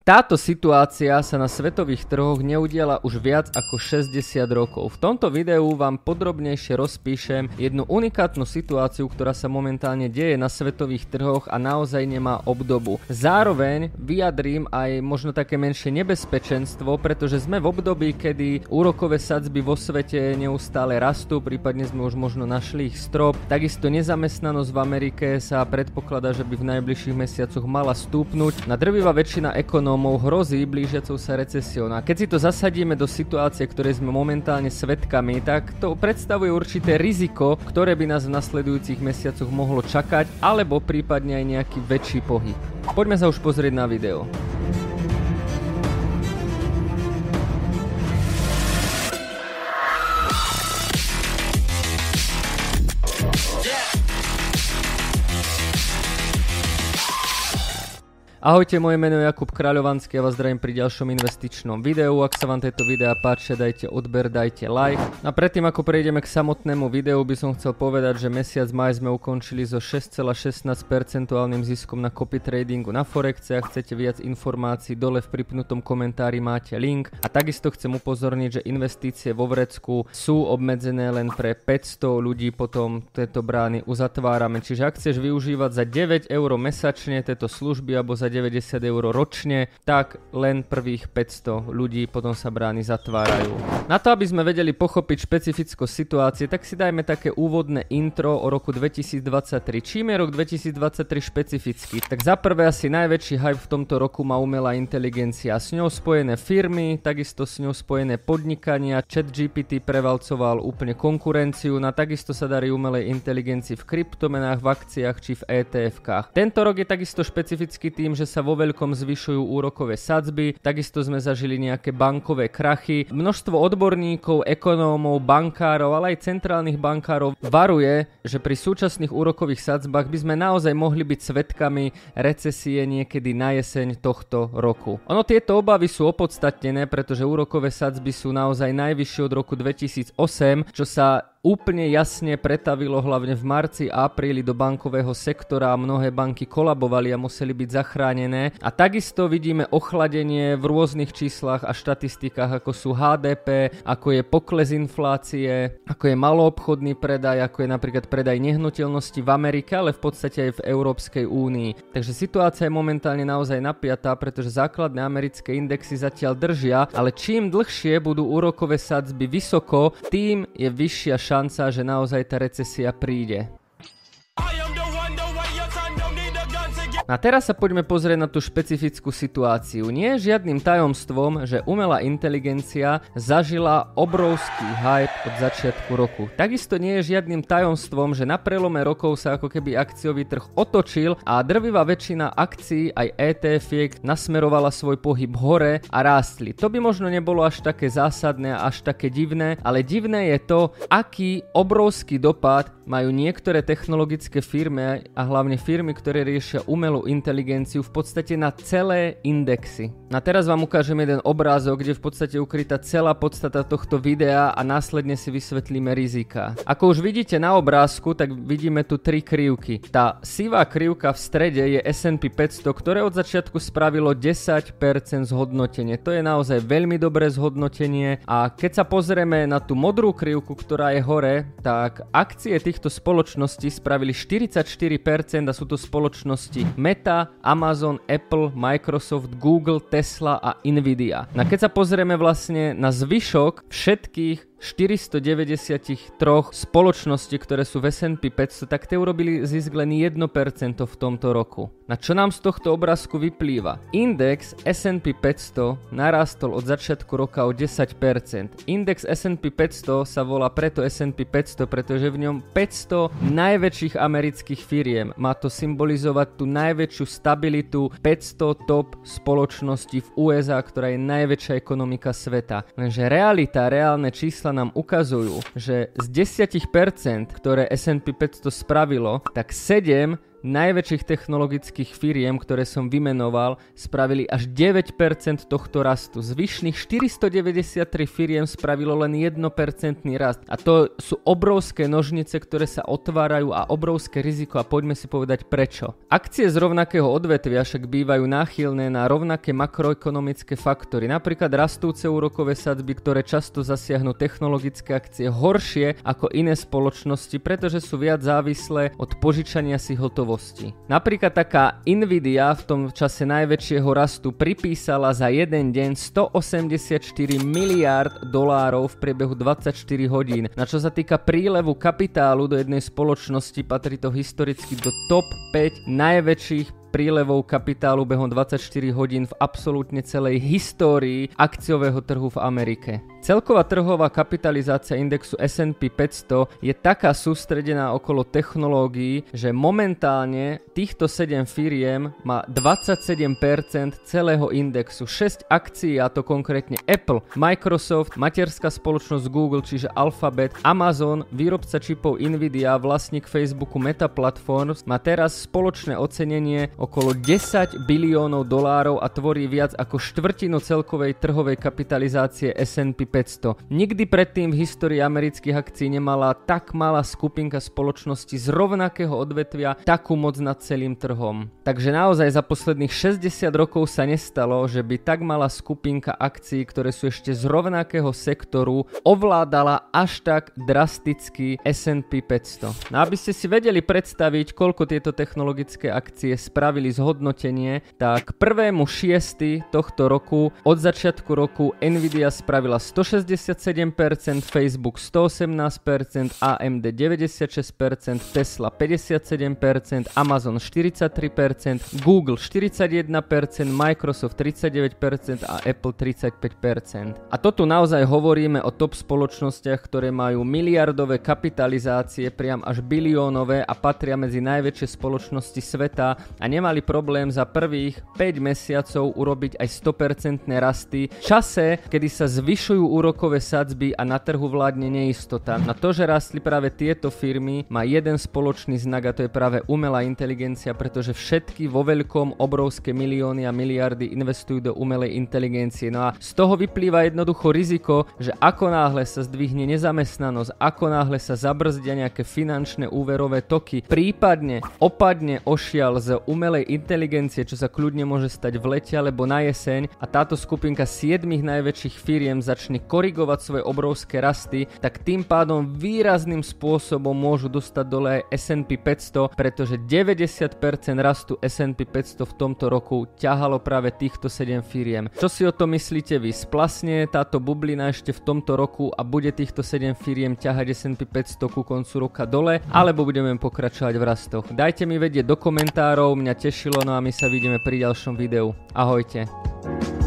Táto situácia sa na svetových trhoch neudiala už viac ako 60 rokov. V tomto videu vám podrobnejšie rozpíšem jednu unikátnu situáciu, ktorá sa momentálne deje na svetových trhoch a naozaj nemá obdobu. Zároveň vyjadrím aj možno také menšie nebezpečenstvo, pretože sme v období, kedy úrokové sadzby vo svete neustále rastú, prípadne sme už možno našli ich strop. Takisto nezamestnanosť v Amerike sa predpokladá, že by v najbližších mesiacoch mala stúpnuť. Na drvivá väčšina ekonómov hrozí blížiacou sa recesiou. A keď si to zasadíme do situácie, ktorej sme momentálne svedkami, tak to predstavuje určité riziko, ktoré by nás v nasledujúcich mesiacoch mohlo čakať, alebo prípadne aj nejaký väčší pohyb. Poďme sa už pozrieť na video. Ahojte, moje meno je Jakub Kráľovanský a vás zdravím pri ďalšom investičnom videu. Ak sa vám tieto videá páčia, dajte odber, dajte like. A predtým ako prejdeme k samotnému videu, by som chcel povedať, že mesiac maj sme ukončili so 6,16% ziskom na copy tradingu na Forexe. Ak chcete viac informácií, dole v pripnutom komentári máte link. A takisto chcem upozorniť, že investície vo vrecku sú obmedzené len pre 500 ľudí, potom tieto brány uzatvárame. Čiže ak chceš využívať za 9 € mesačne tieto služby alebo za 90 € ročne, tak len prvých 500 ľudí, potom sa brány zatvárajú. Na to, aby sme vedeli pochopiť špecifickosť situácie, tak si dajme také úvodné intro o roku 2023. Čím je rok 2023 špecifický? Tak za prvé asi najväčší hype v tomto roku má umelá inteligencia. S ňou spojené firmy, takisto s ňou spojené podnikania. ChatGPT prevalcoval úplne konkurenciu, na takisto sa darí umelej inteligencii v kryptomenách, v akciách či v ETF-kách. Tento rok je takisto špecifický tým, že sa vo veľkom zvyšujú úrokové sadzby, takisto sme zažili nejaké bankové krachy. Množstvo odborníkov, ekonómov, bankárov, ale aj centrálnych bankárov varuje, že pri súčasných úrokových sadzbách by sme naozaj mohli byť svedkami recesie niekedy na jeseň tohto roku. Ono tieto obavy sú opodstatnené, pretože úrokové sadzby sú naozaj najvyššie od roku 2008, čo sa úplne jasne pretavilo hlavne v marci a apríli do bankového sektora a mnohé banky kolabovali a museli byť zachránené. A takisto vidíme ochladenie v rôznych číslach a štatistikách, ako sú HDP, ako je pokles inflácie, ako je maloobchodný predaj, ako je napríklad predaj nehnuteľnosti v Amerike, ale v podstate aj v Európskej únii. Takže situácia je momentálne naozaj napiatá, pretože základné americké indexy zatiaľ držia, ale čím dlhšie budú úrokové sadzby vysoko, tým je vyššia šanca, že naozaj tá recesia príde. A teraz sa poďme pozrieť na tú špecifickú situáciu. Nie je žiadnym tajomstvom, že umelá inteligencia zažila obrovský hype od začiatku roku. Takisto nie je žiadnym tajomstvom, že na prelome rokov sa ako keby akciový trh otočil a drvivá väčšina akcií aj ETF-iek nasmerovala svoj pohyb hore a rástli. To by možno nebolo až také zásadné a až také divné, ale divné je to, aký obrovský dopad majú niektoré technologické firmy a hlavne firmy, ktoré riešia umelú inteligenciu v podstate na celé indexy. A teraz vám ukážem jeden obrázok, kde v podstate ukrytá celá podstata tohto videa a následne si vysvetlíme rizika. Ako už vidíte na obrázku, tak vidíme tu tri krivky. Tá sivá krivka v strede je S&P 500, ktoré od začiatku spravilo 10% zhodnotenie. To je naozaj veľmi dobré zhodnotenie a keď sa pozrieme na tú modrú krivku, ktorá je hore, tak akcie týchto spoločností spravili 44% a sú to spoločnosti Meta, Amazon, Apple, Microsoft, Google, Tesla a Nvidia. A keď sa pozrieme vlastne na zvyšok všetkých 493 spoločností, ktoré sú v S&P 500, tak tie urobili zisk len 1% v tomto roku. Na čo nám z tohto obrázku vyplýva? Index S&P 500 narastol od začiatku roka o 10%. Index S&P 500 sa volá preto S&P 500, pretože v ňom 500 najväčších amerických firiem. Má to symbolizovať tú najväčšiu stabilitu 500 top spoločností v USA, ktorá je najväčšia ekonomika sveta. Lenže reálne čísla nám ukazujú, že z 10%, ktoré S&P 500 spravilo, tak 7 najväčších technologických firiem, ktoré som vymenoval, spravili až 9% tohto rastu. Zvyšných 493 firiem spravilo len 1% rast. A to sú obrovské nožnice, ktoré sa otvárajú a obrovské riziko a poďme si povedať prečo. Akcie z rovnakého odvetvia však bývajú náchylné na rovnaké makroekonomické faktory, napríklad rastúce úrokové sadzby, ktoré často zasiahnu technologické akcie horšie ako iné spoločnosti, pretože sú viac závislé od požičania si hotovosti. Napríklad taká Nvidia v tom čase najväčšieho rastu pripísala za jeden deň 184 miliárd dolárov v priebehu 24 hodín. Na čo sa týka prílevu kapitálu do jednej spoločnosti, patrí to historicky do top 5 najväčších prílevov kapitálu behom 24 hodín v absolútne celej histórii akciového trhu v Amerike. Celková trhová kapitalizácia indexu S&P 500 je taká sústredená okolo technológií, že momentálne týchto 7 firiem má 27% celého indexu. 6 akcií, a to konkrétne Apple, Microsoft, materská spoločnosť Google, čiže Alphabet, Amazon, výrobca čipov Nvidia, vlastník Facebooku Meta Platforms, má teraz spoločné ocenenie okolo 10 biliónov dolárov a tvorí viac ako štvrtinu celkovej trhovej kapitalizácie S&P 500. Nikdy predtým v histórii amerických akcií nemala tak malá skupinka spoločností z rovnakého odvetvia takú moc nad celým trhom. Takže naozaj za posledných 60 rokov sa nestalo, že by tak malá skupinka akcií, ktoré sú ešte z rovnakého sektoru, ovládala až tak drasticky S&P 500. No aby ste si vedeli predstaviť, koľko tieto technologické akcie spravili zhodnotenie, tak 1.6. tohto roku od začiatku roku Nvidia spravila 167%, Facebook 118%, AMD 96%, Tesla 57%, Amazon 43%, Google 41%, Microsoft 39% a Apple 35%. A to tu naozaj hovoríme o top spoločnostiach, ktoré majú miliardové kapitalizácie, priam až biliónové a patria medzi najväčšie spoločnosti sveta a nemali problém za prvých 5 mesiacov urobiť aj 100% rasty v čase, kedy sa zvyšujú úrokové sadzby a na trhu vládne neistota. Na to, že rastli práve tieto firmy, má jeden spoločný znak a to je práve umelá inteligencia, pretože všetky vo veľkom obrovské milióny a miliardy investujú do umelej inteligencie. No a z toho vyplýva jednoducho riziko, že ako náhle sa zdvihne nezamestnanosť, ako náhle sa zabrzdia nejaké finančné úverové toky, prípadne opadne ošial z umelej inteligencie, čo sa kľudne môže stať v lete alebo na jeseň a táto skupinka 7 najväčších firiem začne korigovať svoje obrovské rasty, tak tým pádom výrazným spôsobom môžu dostať dole aj S&P 500, pretože 90% rastu S&P 500 v tomto roku ťahalo práve týchto 7 firiem. Čo si o to myslíte vy? Splasne táto bublina ešte v tomto roku a bude týchto 7 firiem ťahať S&P 500 ku koncu roka dole, alebo budeme pokračovať v rastoch? Dajte mi vedieť do komentárov, mňa tešilo, no a my sa vidíme pri ďalšom videu. Ahojte.